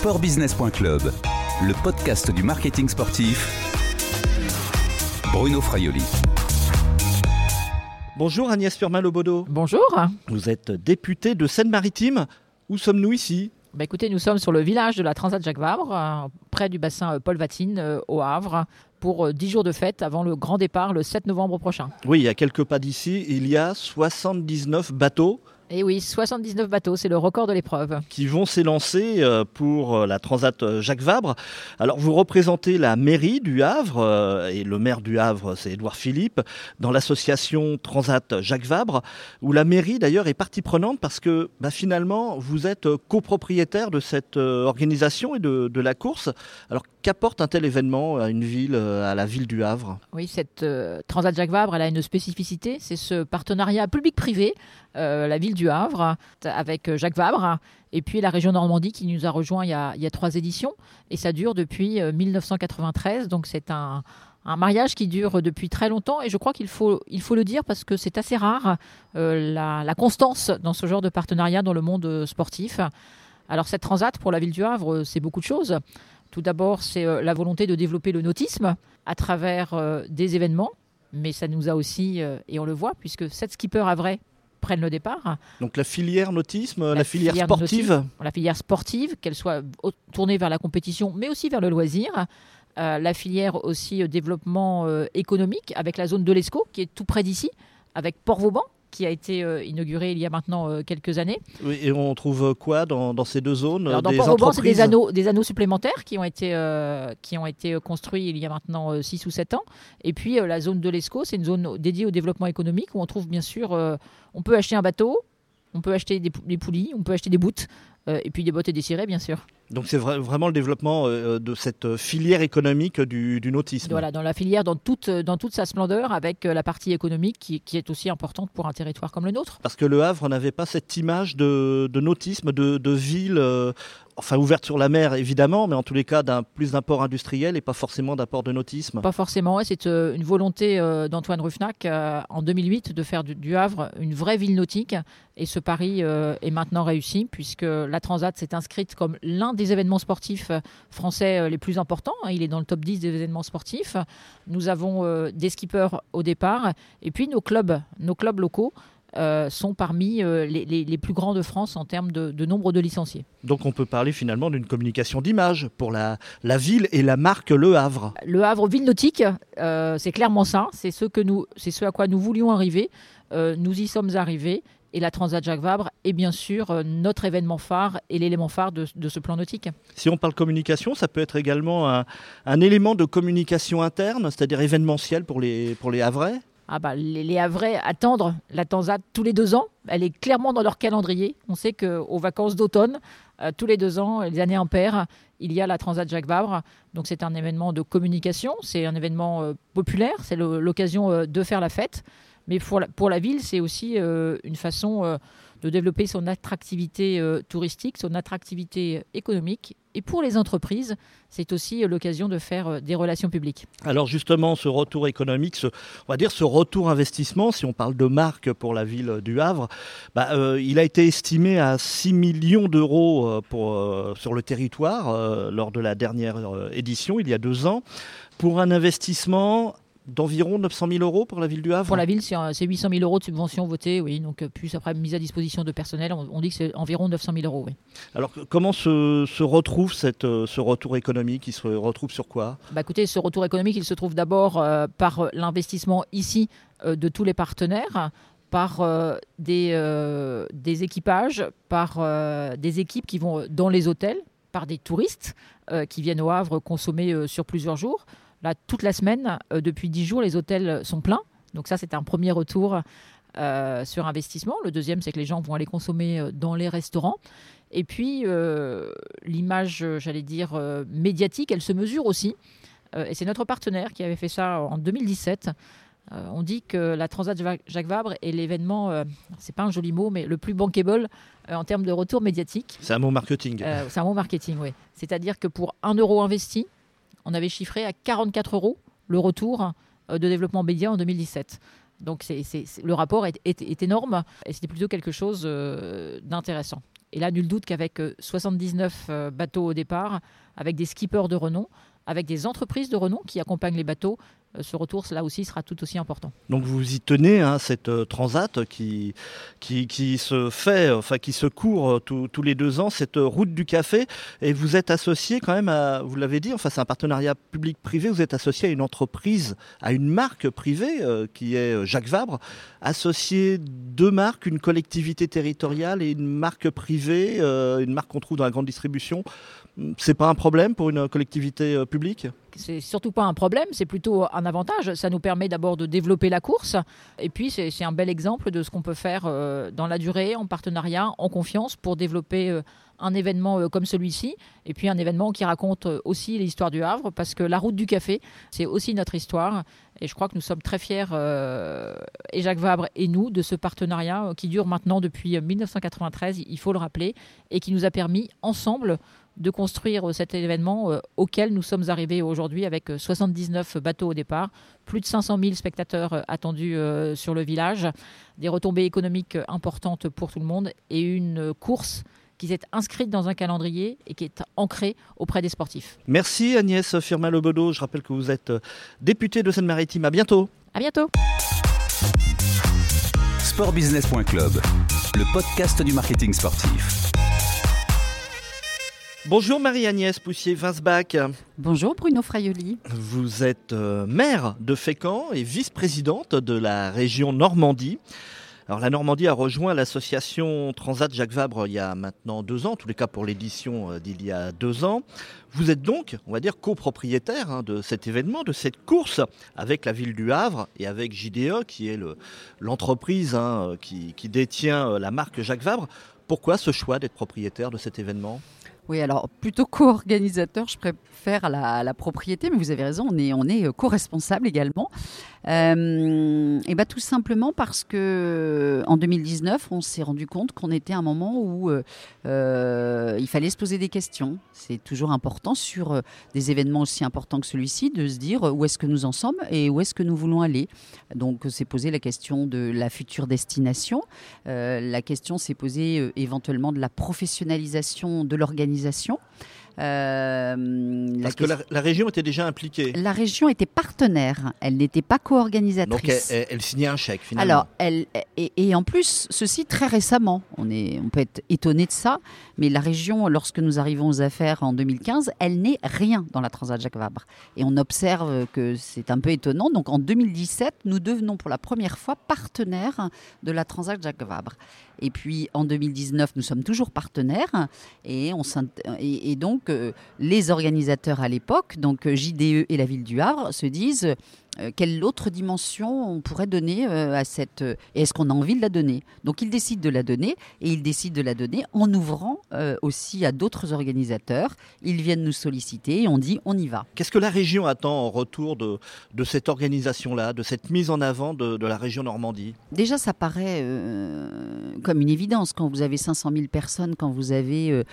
Sportbusiness.club, le podcast du marketing sportif. Bruno Fraioli. Bonjour Agnès Firmin-Lebaudot. Bonjour. Vous êtes députée de Seine-Maritime. Où sommes-nous ici ? Écoutez, nous sommes sur le village de la Transat Jacques Vabre, près du bassin Paul Vatine, au Havre, pour 10 jours de fête avant le grand départ le 7 novembre prochain. Oui, à quelques pas d'ici, il y a 79 bateaux. Et oui, 79 bateaux, c'est le record de l'épreuve. Qui vont s'élancer pour la Transat Jacques Vabre. Alors, vous représentez la mairie du Havre, et le maire du Havre, c'est Édouard Philippe, dans l'association Transat Jacques Vabre, où la mairie, d'ailleurs, est partie prenante parce que, finalement, vous êtes copropriétaire de cette organisation et de la course. Alors, qu'apporte un tel événement à une ville, à la ville du Havre ? Oui, cette Transat Jacques Vabre, elle a une spécificité, c'est ce partenariat public-privé, la ville du Havre, avec Jacques Vabre, et puis la région Normandie qui nous a rejoint il y a 3 éditions, et ça dure depuis 1993, donc c'est un mariage qui dure depuis très longtemps, et je crois qu'il faut le dire parce que c'est assez rare, la constance dans ce genre de partenariat dans le monde sportif. Alors cette Transat pour la ville du Havre, c'est beaucoup de choses. Tout d'abord, c'est la volonté de développer le nautisme à travers des événements, mais ça nous a aussi, et on le voit, puisque 7 skippers havrais prennent le départ. Donc la filière nautisme, la filière sportive. La filière sportive, qu'elle soit tournée vers la compétition, mais aussi vers le loisir. La filière aussi développement économique, avec la zone de l'Escaut, qui est tout près d'ici, avec Port-Vauban, qui a été inauguré il y a maintenant quelques années. Oui, et on trouve quoi dans ces deux zones ? Alors, dans Port-Vauban, c'est des anneaux supplémentaires qui ont été construits il y a maintenant 6 ou 7 ans. Et puis la zone de l'Escaut, c'est une zone dédiée au développement économique où on trouve bien sûr, on peut acheter un bateau, on peut acheter des poulies, on peut acheter des boutes, et puis des bottes et des cirés bien sûr. Donc c'est vraiment le développement de cette filière économique du nautisme. Voilà, dans la filière, dans toute sa splendeur, avec la partie économique qui est aussi importante pour un territoire comme le nôtre. Parce que le Havre n'avait pas cette image de nautisme, de ville, ouverte sur la mer évidemment, mais en tous les cas plus d'un port industriel et pas forcément d'un port de nautisme. Pas forcément, c'est une volonté d'Antoine Ruffnac en 2008 de faire du Havre une vraie ville nautique. Et ce pari est maintenant réussi puisque la Transat s'est inscrite comme l'un des événements sportifs français les plus importants. Il est dans le top 10 des événements sportifs. Nous avons des skippers au départ. Et puis nos clubs locaux sont parmi les plus grands de France en termes de nombre de licenciés. Donc on peut parler finalement d'une communication d'image pour la ville et la marque Le Havre. Le Havre, ville nautique, c'est clairement ça. C'est ce à quoi nous voulions arriver. Nous y sommes arrivés. Et la Transat Jacques Vabre est bien sûr notre événement phare et l'élément phare de ce plan nautique. Si on parle communication, ça peut être également un élément de communication interne, c'est-à-dire événementiel pour les Havrais. Les Havrais attendent la Transat tous les 2 ans. Elle est clairement dans leur calendrier. On sait qu'aux vacances d'automne, tous les 2 ans, les années impaires, il y a la Transat Jacques Vabre. Donc c'est un événement de communication, c'est un événement populaire, c'est l'occasion de faire la fête. Mais pour la ville, c'est aussi une façon de développer son attractivité touristique, son attractivité économique. Et pour les entreprises, c'est aussi l'occasion de faire des relations publiques. Alors justement, ce retour économique, ce retour investissement, si on parle de marque pour la ville du Havre, il a été estimé à 6 millions d'euros sur le territoire lors de la dernière édition, il y a 2 ans, pour un investissement d'environ 900 000 euros pour la ville du Havre. Pour la ville, c'est 800 000 euros de subventions votées, oui. Donc plus après mise à disposition de personnel, on dit que c'est environ 900 000 euros, oui. Alors comment se retrouve ce retour économique ? Il se retrouve sur quoi ? Écoutez, ce retour économique, il se trouve d'abord par l'investissement ici de tous les partenaires, par des équipages, par des équipes qui vont dans les hôtels, par des touristes qui viennent au Havre consommer sur plusieurs jours. Là, toute la semaine, depuis 10 jours, les hôtels sont pleins. Donc ça, c'est un premier retour sur investissement. Le deuxième, c'est que les gens vont aller consommer dans les restaurants. Et puis, l'image, médiatique, elle se mesure aussi. Et c'est notre partenaire qui avait fait ça en 2017. On dit que la Transat Jacques Vabre est l'événement, c'est pas un joli mot, mais le plus bankable en termes de retour médiatique. C'est un mot marketing. C'est un mot marketing, oui. C'est-à-dire que pour 1 euro investi, on avait chiffré à 44 euros le retour de développement média en 2017. Donc le rapport est énorme et c'était plutôt quelque chose d'intéressant. Et là, nul doute qu'avec 79 bateaux au départ, avec des skippers de renom, avec des entreprises de renom qui accompagnent les bateaux, ce retour, là aussi, sera tout aussi important. Donc vous y tenez, cette transat qui se fait, qui se court tous les 2 ans, cette route du café. Et vous êtes associé quand même vous l'avez dit, c'est un partenariat public-privé, vous êtes associé à une entreprise, à une marque privée qui est Jacques Vabre, associé 2 marques, une collectivité territoriale et une marque privée, une marque qu'on trouve dans la grande distribution. C'est pas un problème pour une collectivité publique ? C'est surtout pas un problème, c'est plutôt un avantage. Ça nous permet d'abord de développer la course. Et puis, c'est un bel exemple de ce qu'on peut faire dans la durée, en partenariat, en confiance, pour développer un événement comme celui-ci. Et puis, un événement qui raconte aussi l'histoire du Havre, parce que la route du café, c'est aussi notre histoire. Et je crois que nous sommes très fiers, et Jacques Vabre et nous, de ce partenariat qui dure maintenant depuis 1993, il faut le rappeler, et qui nous a permis, ensemble, de construire cet événement auquel nous sommes arrivés aujourd'hui avec 79 bateaux au départ, plus de 500 000 spectateurs attendus sur le village, des retombées économiques importantes pour tout le monde et une course qui s'est inscrite dans un calendrier et qui est ancrée auprès des sportifs. Merci Agnès Firmin-Lebedeau. Je rappelle que vous êtes députée de Seine-Maritime. À bientôt. À bientôt. Sportbusiness.club, le podcast du marketing sportif. Bonjour Marie-Agnès Poussier-Winsbach. Bonjour Bruno Fraioli. Vous êtes maire de Fécamp et vice-présidente de la région Normandie. Alors la Normandie a rejoint l'association Transat Jacques Vabre il y a maintenant 2 ans, en tous les cas pour l'édition d'il y a 2 ans. Vous êtes donc, on va dire, copropriétaire de cet événement, de cette course avec la ville du Havre et avec JDE qui est l'entreprise qui détient la marque Jacques Vabre. Pourquoi ce choix d'être propriétaire de cet événement ? Oui, alors plutôt co-organisateur, je préfère la propriété, mais vous avez raison, on est co-responsable également. Et tout simplement parce que en 2019, on s'est rendu compte qu'on était à un moment où il fallait se poser des questions. C'est toujours important sur des événements aussi importants que celui-ci, de se dire où est-ce que nous en sommes et où est-ce que nous voulons aller. Donc, c'est posé la question de la future destination. La question s'est posée éventuellement de la professionnalisation de l'organisation. Parce que la région était déjà impliquée. La région était partenaire, elle n'était pas co-organisatrice. Donc elle signait un chèque finalement. Alors, et en plus, ceci très récemment, on peut être étonné de ça, mais la région, lorsque nous arrivons aux affaires en 2015, elle n'est rien dans la Transat Jacques Vabre. Et on observe que c'est un peu étonnant. Donc en 2017, nous devenons pour la première fois partenaires de la Transat Jacques Vabre. Et puis en 2019, nous sommes toujours partenaires et donc les organisateurs à l'époque, donc JDE et la ville du Havre, se disent quelle autre dimension on pourrait donner à cette... Et est-ce qu'on a envie de la donner ? Donc ils décident de la donner et ils décident de la donner en ouvrant aussi à d'autres organisateurs. Ils viennent nous solliciter et on dit on y va. Qu'est-ce que la région attend en retour de cette organisation-là, de cette mise en avant de la région Normandie ? Déjà, ça paraît comme une évidence quand vous avez 500 000 personnes, quand vous avez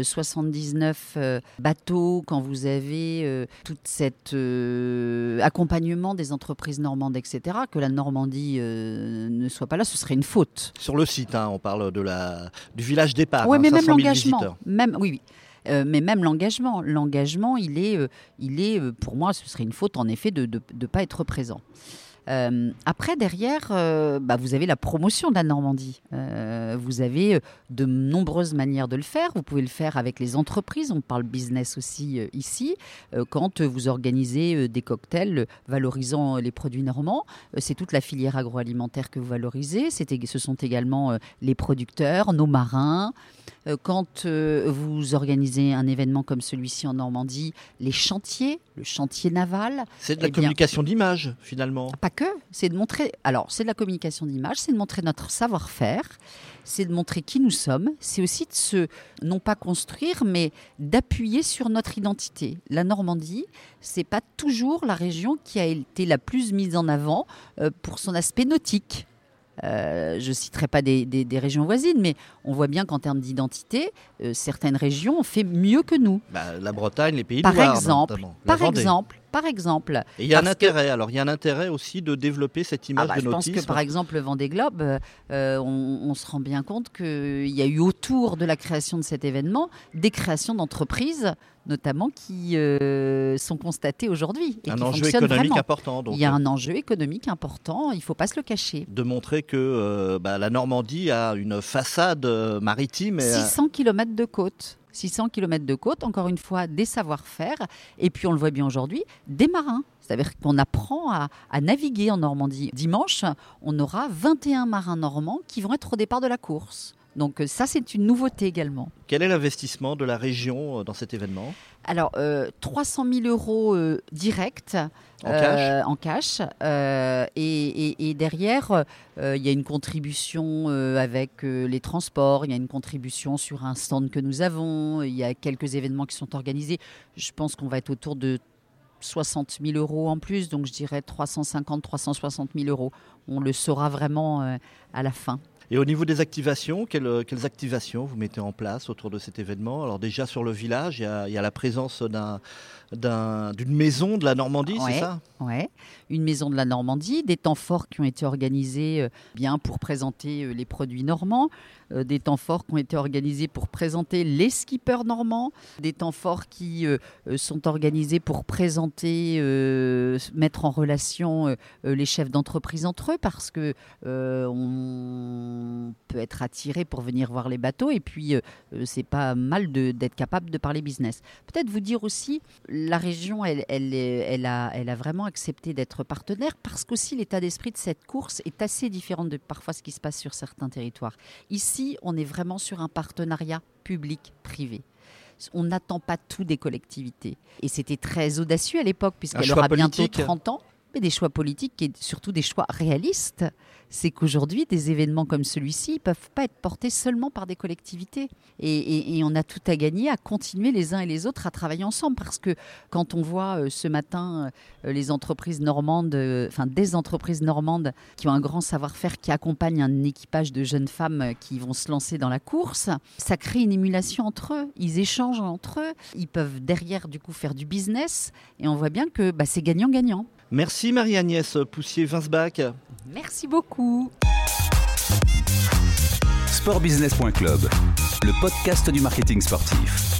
79 bateaux, quand vous avez tout cet accompagnement des entreprises normandes, etc., que la Normandie ne soit pas là, ce serait une faute. Sur le site, on parle du village départ, mais 500 même 000 l'engagement, visiteurs. Mais même l'engagement, il est, pour moi, ce serait une faute en effet de ne pas être présent. Après, derrière, vous avez la promotion de la Normandie. Vous avez de nombreuses manières de le faire. Vous pouvez le faire avec les entreprises. On parle business aussi ici. Quand vous organisez des cocktails valorisant les produits normands, c'est toute la filière agroalimentaire que vous valorisez. Ce sont également les producteurs, nos marins. Quand vous organisez un événement comme celui-ci en Normandie, les chantiers, le chantier naval... C'est de la communication d'image, finalement. Pas que, c'est de montrer... Alors, c'est de la communication d'image, c'est de montrer notre savoir-faire, c'est de montrer qui nous sommes, c'est aussi de se, non pas construire, mais d'appuyer sur notre identité. La Normandie, c'est pas toujours la région qui a été la plus mise en avant pour son aspect nautique. Je ne citerai pas des régions voisines, mais on voit bien qu'en termes d'identité, certaines régions ont fait mieux que nous. La Bretagne, les Pays de Loire, Loire, notamment. Par exemple, Par exemple. Et il y a un intérêt. Alors, il y a un intérêt aussi de développer cette image de je pense nautisme. que, par exemple, le Vendée Globe, on se rend bien compte qu'il y a eu autour de la création de cet événement des créations d'entreprises, notamment qui sont constatées aujourd'hui. Et un qui enjeu fonctionnent économique vraiment. important. Donc, il y a un enjeu économique important, il ne faut pas se le cacher. de montrer que la Normandie a une façade maritime. 600 km de côte. 600 km de côte, encore une fois, des savoir-faire. Et puis, on le voit bien aujourd'hui, des marins. C'est-à-dire qu'on apprend à naviguer en Normandie. Dimanche, on aura 21 marins normands qui vont être au départ de la course. Donc ça, c'est une nouveauté également. Quel est l'investissement de la région dans cet événement ? Alors, 300 000 euros directs en cash. Et derrière, il y a une contribution avec les transports, il y a une contribution sur un stand que nous avons, il y a quelques événements qui sont organisés. Je pense qu'on va être autour de 60 000 euros en plus, donc je dirais 350 360 000 euros. On le saura vraiment à la fin. Et au niveau des activations, quelles activations vous mettez en place autour de cet événement ? Alors déjà sur le village, il y a la présence d'une maison de la Normandie, c'est ça ? Oui, une maison de la Normandie, des temps forts qui ont été organisés bien pour présenter les produits normands, des temps forts qui ont été organisés pour présenter les skippers normands, des temps forts qui sont organisés pour présenter, mettre en relation les chefs d'entreprise entre eux, parce que on peut être attiré pour venir voir les bateaux, et puis c'est pas mal d'être capable de parler business. Peut-être vous dire aussi, la région, elle a vraiment accepté d'être partenaire, parce qu'aussi l'état d'esprit de cette course est assez différent de parfois ce qui se passe sur certains territoires. Ici, on est vraiment sur un partenariat public-privé. On n'attend pas tout des collectivités. Et c'était très audacieux à l'époque, puisqu'elle aura bientôt 30 ans. Mais des choix politiques et surtout des choix réalistes. C'est qu'aujourd'hui, des événements comme celui-ci ne peuvent pas être portés seulement par des collectivités. Et on a tout à gagner à continuer les uns et les autres à travailler ensemble. Parce que quand on voit ce matin les entreprises normandes, des entreprises normandes qui ont un grand savoir-faire, qui accompagnent un équipage de jeunes femmes qui vont se lancer dans la course, ça crée une émulation entre eux. Ils échangent entre eux. Ils peuvent derrière, du coup, faire du business. Et on voit bien que c'est gagnant-gagnant. Merci Marie-Agnès Poussier-Winsbach. Merci beaucoup. Sportbusiness.club, le podcast du marketing sportif.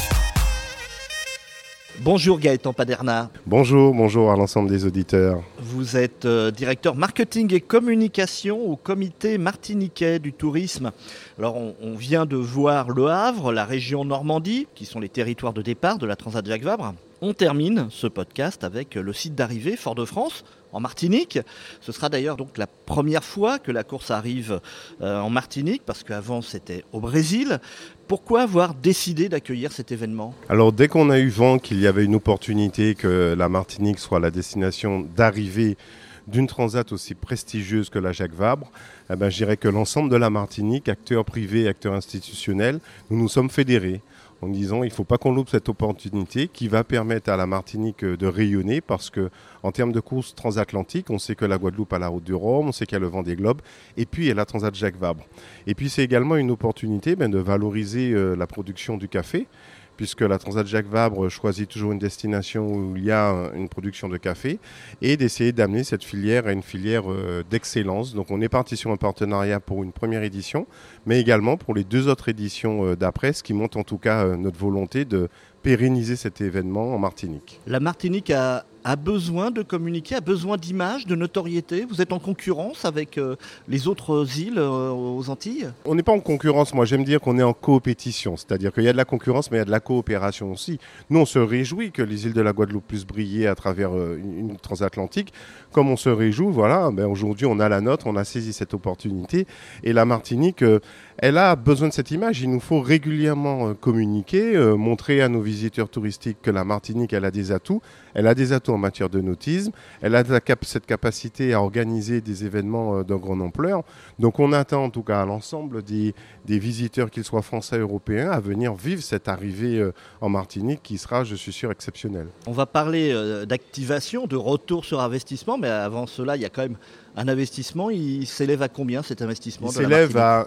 Bonjour Gaëtan Paderna. Bonjour à l'ensemble des auditeurs. Vous êtes directeur marketing et communication au comité martiniquais du tourisme. Alors on vient de voir Le Havre, la région Normandie, qui sont les territoires de départ de la Transat Jacques Vabre. On termine ce podcast avec le site d'arrivée Fort-de-France en Martinique. Ce sera d'ailleurs donc la première fois que la course arrive en Martinique, parce qu'avant c'était au Brésil. Pourquoi avoir décidé d'accueillir cet événement ? Alors dès qu'on a eu vent qu'il y avait une opportunité que la Martinique soit la destination d'arrivée d'une transat aussi prestigieuse que la Jacques Vabre, je dirais que l'ensemble de la Martinique, acteurs privés, acteurs institutionnels, nous nous sommes fédérés en disant il ne faut pas qu'on loupe cette opportunité qui va permettre à la Martinique de rayonner, parce que en termes de course transatlantique, on sait que la Guadeloupe a la Route du Rhum, on sait qu'il y a le Vendée Globe, et puis il y a la Transat Jacques Vabre. Et puis c'est également une opportunité de valoriser la production du café, puisque la Transat Jacques Vabre choisit toujours une destination où il y a une production de café, et d'essayer d'amener cette filière à une filière d'excellence. Donc on est parti sur un partenariat pour une première édition, mais également pour les 2 autres éditions d'après, ce qui montre en tout cas notre volonté de pérenniser cet événement en Martinique. La Martinique a besoin de communiquer, a besoin d'image, de notoriété. Vous êtes en concurrence avec les autres îles aux Antilles ? On n'est pas en concurrence, moi j'aime dire qu'on est en coopétition, c'est-à-dire qu'il y a de la concurrence mais il y a de la coopération aussi. Nous on se réjouit que les îles de la Guadeloupe puissent briller à travers une transatlantique, comme on se réjouit, aujourd'hui on a la nôtre, on a saisi cette opportunité, et la Martinique, elle a besoin de cette image. Il nous faut régulièrement communiquer, montrer à nos visiteurs touristiques que la Martinique, elle a des atouts en matière de nautisme, elle a cette capacité à organiser des événements de grande ampleur. Donc on attend en tout cas à l'ensemble des visiteurs, qu'ils soient français ou européens, à venir vivre cette arrivée en Martinique qui sera, je suis sûr, exceptionnelle. On va parler d'activation, de retour sur investissement, mais avant cela, il y a quand même un investissement. Il s'élève à combien cet investissement ? Il s'élève à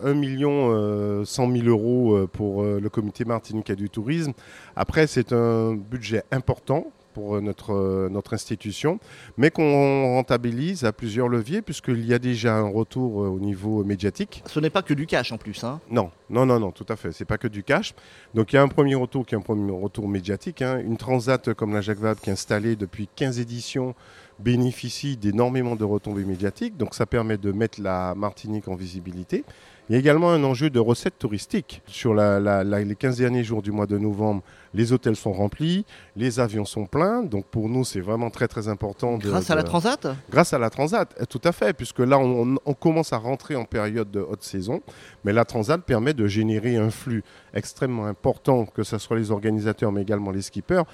1 100 000 euros pour le comité martiniquais du tourisme. Après, c'est un budget important pour notre institution, mais qu'on rentabilise à plusieurs leviers, puisqu'il y a déjà un retour au niveau médiatique. Ce n'est pas que du cash en plus, hein. Non, tout à fait. C'est pas que du cash. Donc il y a un premier retour qui est un premier retour médiatique. Une transat comme la Jacques Vabre qui est installée depuis 15 éditions bénéficie d'énormément de retombées médiatiques. Donc ça permet de mettre la Martinique en visibilité. Il y a également un enjeu de recettes touristiques. Sur les 15 derniers jours du mois de novembre, les hôtels sont remplis, les avions sont pleins. Donc pour nous, c'est vraiment très très important. Grâce à la Transat ? Grâce à la Transat, tout à fait. Puisque là, on commence à rentrer en période de haute saison. Mais la Transat permet de générer un flux extrêmement important, que ce soit les organisateurs, mais également les skippers.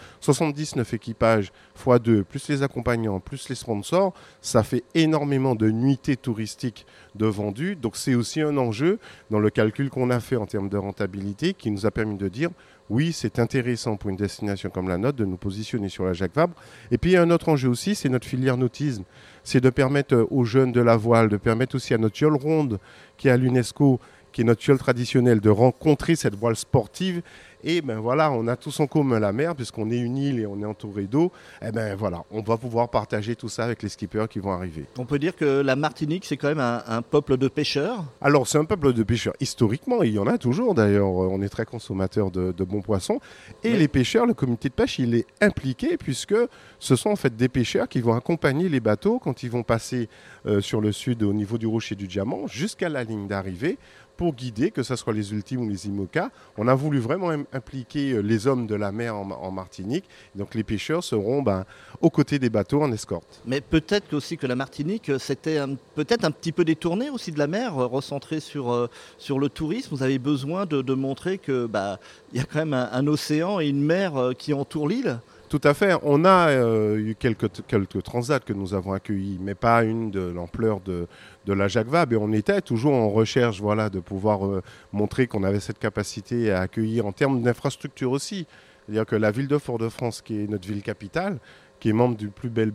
79 équipages x2, plus les accompagnants, plus les sponsors. Ça fait énormément de nuitées touristiques de vendus. Donc c'est aussi un enjeu dans le calcul qu'on a fait en termes de rentabilité qui nous a permis de dire oui, c'est intéressant pour une destination comme la nôtre de nous positionner sur la Jacques Vabre. Et puis il y a un autre enjeu aussi, c'est notre filière nautisme. C'est de permettre aux jeunes de la voile, de permettre aussi à notre yole ronde qui est à l'UNESCO, qui est notre yole traditionnelle, de rencontrer cette voile sportive. Et ben voilà, on a tous en commun la mer, puisqu'on est une île et on est entouré d'eau. Et ben voilà, on va pouvoir partager tout ça avec les skippers qui vont arriver. On peut dire que la Martinique, c'est quand même un peuple de pêcheurs. Alors, c'est un peuple de pêcheurs. Historiquement, il y en a toujours d'ailleurs. On est très consommateurs de bons poissons. Et les pêcheurs, le comité de pêche, il est impliqué, puisque ce sont en fait des pêcheurs qui vont accompagner les bateaux quand ils vont passer sur le sud au niveau du Rocher du Diamant jusqu'à la ligne d'arrivée, pour guider, que ce soit les Ultimes ou les IMOCA. On a voulu vraiment impliquer les hommes de la mer en Martinique. Donc les pêcheurs seront aux côtés des bateaux en escorte. Mais peut-être aussi que la Martinique, c'était peut-être un petit peu détourné aussi de la mer, recentré sur le tourisme. Vous avez besoin de montrer qu'il y a quand même un océan et une mer qui entourent l'île. Tout à fait. On a eu quelques transats que nous avons accueillis, mais pas une de l'ampleur de la Jacques Vabre. Et on était toujours en recherche de pouvoir montrer qu'on avait cette capacité à accueillir en termes d'infrastructure aussi. C'est-à-dire que la ville de Fort-de-France, qui est notre ville capitale, qui est membre du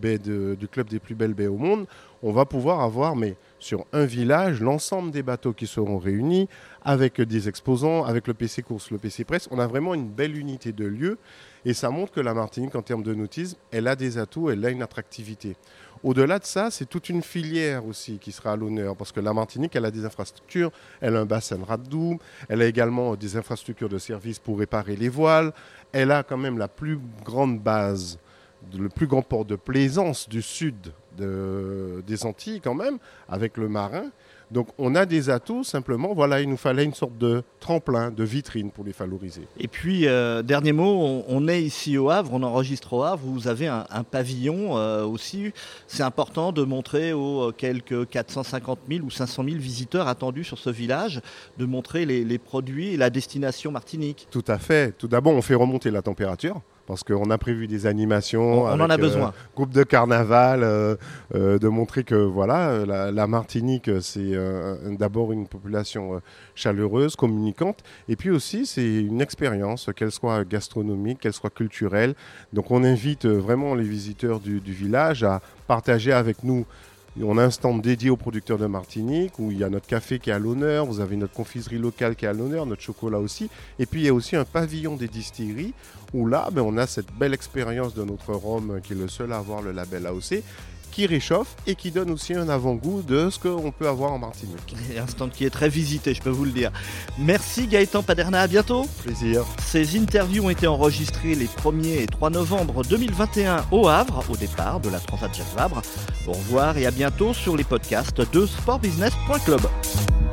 club des plus belles baies au monde, on va pouvoir avoir, mais sur un village, l'ensemble des bateaux qui seront réunis, avec des exposants, avec le PC Course, le PC Presse. On a vraiment une belle unité de lieu. Et ça montre que la Martinique, en termes de nautisme, elle a des atouts, elle a une attractivité. Au-delà de ça, c'est toute une filière aussi qui sera à l'honneur, parce que la Martinique, elle a des infrastructures, elle a un bassin de radoub, elle a également des infrastructures de services pour réparer les voiles, elle a quand même la plus grande base, le plus grand port de plaisance du sud des Antilles quand même, avec le marin. Donc on a des atouts, simplement, il nous fallait une sorte de tremplin, de vitrine pour les valoriser. Et puis, dernier mot, on est ici au Havre, on enregistre au Havre, vous avez un pavillon aussi. C'est important de montrer aux quelques 450 000 ou 500 000 visiteurs attendus sur ce village, de montrer les produits et la destination Martinique. Tout à fait. Tout d'abord, on fait remonter la température. Parce qu'on a prévu des animations. On en a besoin. Groupe de carnaval, de montrer que la Martinique, c'est d'abord une population chaleureuse, communicante. Et puis aussi, c'est une expérience, qu'elle soit gastronomique, qu'elle soit culturelle. Donc on invite vraiment les visiteurs du village à partager avec nous. On a un stand dédié aux producteurs de Martinique où il y a notre café qui est à l'honneur, vous avez notre confiserie locale qui est à l'honneur, notre chocolat aussi. Et puis il y a aussi un pavillon des distilleries où là, on a cette belle expérience de notre rhum qui est le seul à avoir le label AOC, qui réchauffe et qui donne aussi un avant-goût de ce qu'on peut avoir en Martinique. Et un stand qui est très visité, je peux vous le dire. Merci Gaëtan Paderna, à bientôt. Plaisir. Ces interviews ont été enregistrées les 1er et 3 novembre 2021 au Havre, au départ de la Transat Jacques Vabre. Au revoir et à bientôt sur les podcasts de sportbusiness.club.